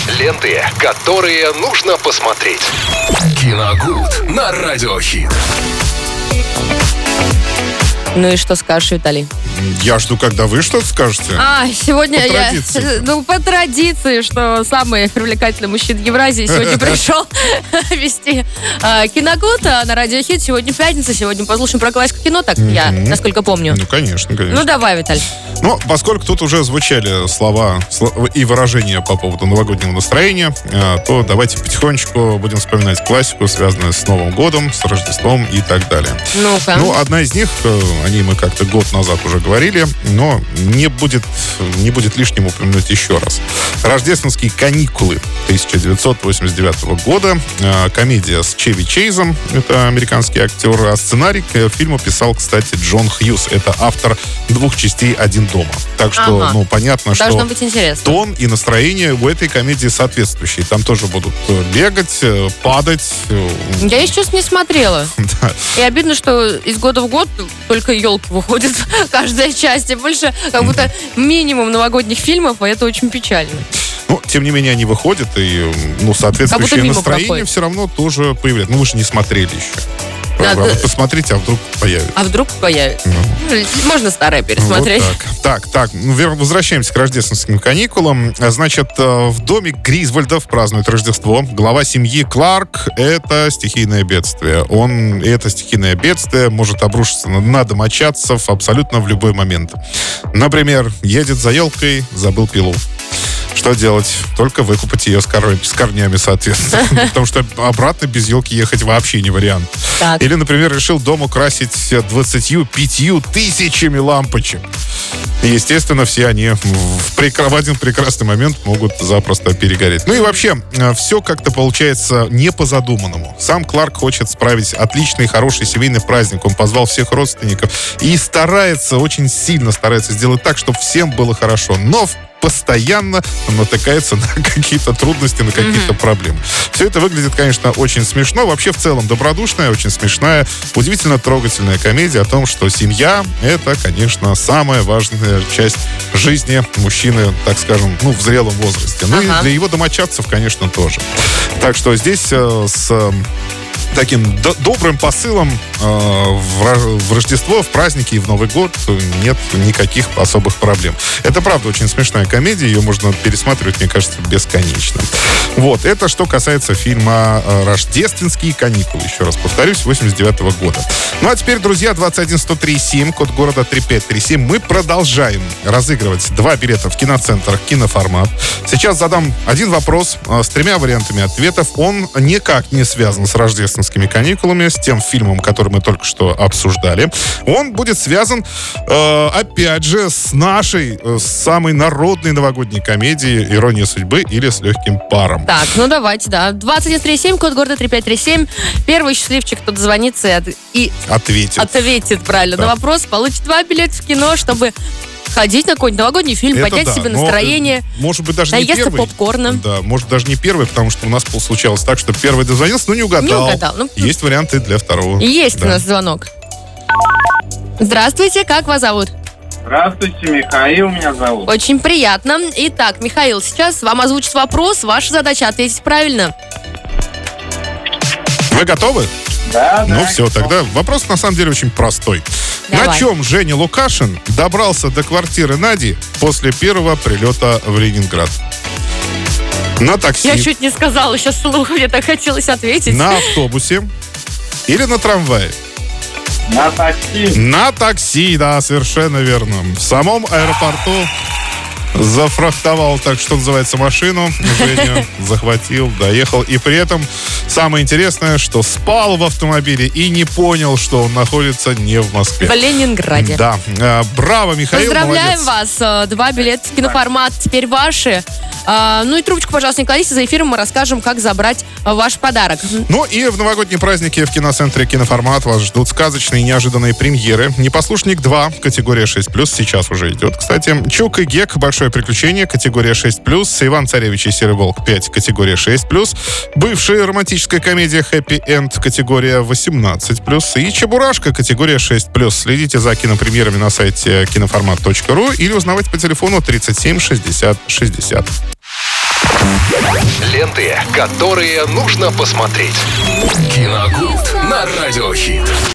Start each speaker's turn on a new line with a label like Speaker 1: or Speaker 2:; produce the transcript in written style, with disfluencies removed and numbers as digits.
Speaker 1: Ленты, которые нужно посмотреть. Киногуд на Радиохит.
Speaker 2: Ну и что скажешь, Виталий?
Speaker 3: Я жду, когда вы что-то скажете.
Speaker 2: Сегодня
Speaker 3: по традиции.
Speaker 2: по традиции, что самый привлекательный мужчина Евразии сегодня пришел вести Киногуд на Радиохит. Сегодня пятница, сегодня послушаем про классику кино, так я, насколько помню.
Speaker 3: Ну, конечно.
Speaker 2: Ну, давай, Виталь.
Speaker 3: Ну, поскольку тут уже звучали слова и выражения по поводу новогоднего настроения, то давайте потихонечку будем вспоминать классику, связанную с Новым годом, с Рождеством и так далее.
Speaker 2: Ну-ка.
Speaker 3: Ну, одна из них, о ней мы как-то год назад уже говорили, но не будет лишним упомянуть еще раз. «Рождественские каникулы» 1989 года. Комедия с Чеви Чейзом, это американский актер, а сценарий к фильму писал, кстати, Джон Хьюз. Это автор 2 частей «Один дома». Так что, понятно,
Speaker 2: должно
Speaker 3: что
Speaker 2: быть интересно.
Speaker 3: Тон и настроение у этой комедии соответствующие. Там тоже будут бегать, падать.
Speaker 2: Я еще не смотрела.
Speaker 3: Да.
Speaker 2: И обидно, что из года в год только елки выходят каждая часть. И больше как будто минимум новогодних фильмов, а это очень печально.
Speaker 3: Ну, тем не менее, они выходят, и соответствующее настроение
Speaker 2: проходит.
Speaker 3: Все равно тоже появляется. Ну, вы же не смотрели еще.
Speaker 2: Надо...
Speaker 3: Посмотрите, а вдруг появится.
Speaker 2: Можно старое пересмотреть.
Speaker 3: Вот так. Возвращаемся к рождественским каникулам. Значит, в доме Гризвольдов празднуют Рождество. Глава семьи Кларк — это стихийное бедствие. Это стихийное бедствие может обрушиться на домочадцев абсолютно в любой момент. Например, едет за елкой, забыл пилу. Что делать? Только выкупать ее с корнями, соответственно. Потому что обратно без елки ехать вообще не вариант.
Speaker 2: Так.
Speaker 3: Или, например, решил дом украсить 25 тысячами лампочек. И, естественно, все они в один прекрасный момент могут запросто перегореть. Ну и вообще, все как-то получается не по задуманному. Сам Кларк хочет справить отличный, хороший семейный праздник. Он позвал всех родственников и очень сильно старается сделать так, чтобы всем было хорошо. Но постоянно натыкается на какие-то трудности, на какие-то проблемы. Все это выглядит, конечно, очень смешно. Вообще, в целом, добродушная, очень смешная, удивительно трогательная комедия о том, что семья — это, конечно, самая важная часть жизни мужчины, так скажем, в зрелом возрасте. Ну и для его домочадцев, конечно, тоже. Так что здесь с таким добрым посылом в Рождество, в праздники и в Новый год нет никаких особых проблем. Это, правда, очень смешная комедия. Ее можно пересматривать, мне кажется, бесконечно. Вот. Это что касается фильма «Рождественские каникулы». Еще раз повторюсь, 89-го года. Ну, а теперь, друзья, 211-103-7, код города 3537. Мы продолжаем разыгрывать 2 билета в киноцентр «Киноформат». Сейчас задам один вопрос с 3 вариантами ответов. Он никак не связан с рождественскими каникулами, с тем фильмом, который мы только что обсуждали. Он будет связан, опять же, с нашей самой народной новогодней комедией «Ирония судьбы» или «С легким паром».
Speaker 2: Так, давайте, да. 2137, код города 3537. Первый счастливчик, кто дозвонится и ответит правильно на вопрос, получит 2 билета в кино, чтобы ходить на какой-нибудь новогодний фильм, поднять себе настроение,
Speaker 3: может быть, даже не первый.
Speaker 2: попкорна.
Speaker 3: Да, может, даже не первый, потому что у нас случалось так, что первый дозвонился, но не угадал. Есть варианты для второго.
Speaker 2: Есть у нас звонок. Здравствуйте, как вас зовут?
Speaker 4: Здравствуйте, Михаил меня зовут.
Speaker 2: Очень приятно. Итак, Михаил, сейчас вам озвучит вопрос. Ваша задача ответить правильно.
Speaker 3: Вы готовы?
Speaker 4: Да.
Speaker 3: Ну все, тогда вопрос на самом деле очень простой.
Speaker 2: Давай.
Speaker 3: На чем Женя Лукашин добрался до квартиры Нади после первого прилета в Ленинград? На такси.
Speaker 2: Я чуть не сказала сейчас вслух, мне так хотелось ответить.
Speaker 3: На автобусе или на трамвае?
Speaker 4: На такси.
Speaker 3: На такси, да, совершенно верно. В самом аэропорту зафрахтовал, так что называется, машину. Женя захватил, доехал. И при этом самое интересное, что спал в автомобиле и не понял, что он находится не в Москве.
Speaker 2: В Ленинграде.
Speaker 3: Да. Браво, Михаил,
Speaker 2: поздравляем
Speaker 3: молодец.
Speaker 2: вас. 2 билета в киноформат теперь ваши. Ну и трубочку, пожалуйста, не кладите. За эфиром мы расскажем, как забрать ваш подарок.
Speaker 3: Ну и в новогодние праздники в киноцентре «Киноформат» вас ждут сказочные и неожиданные премьеры. «Непослушник 2», категория 6+, сейчас уже идет, кстати. «Чук и Гек. Большое приключение», категория 6+. «Иван Царевич и Серый Волк 5», категория 6+. Бывшая романтическая комедия «Хэппи Энд», категория 18+. И «Чебурашка», категория 6+. Следите за кинопремьерами на сайте киноформат.ру или узнавайте по телефону 37 60 60.
Speaker 1: Ленты, которые нужно посмотреть. Киногуд на Радиохит.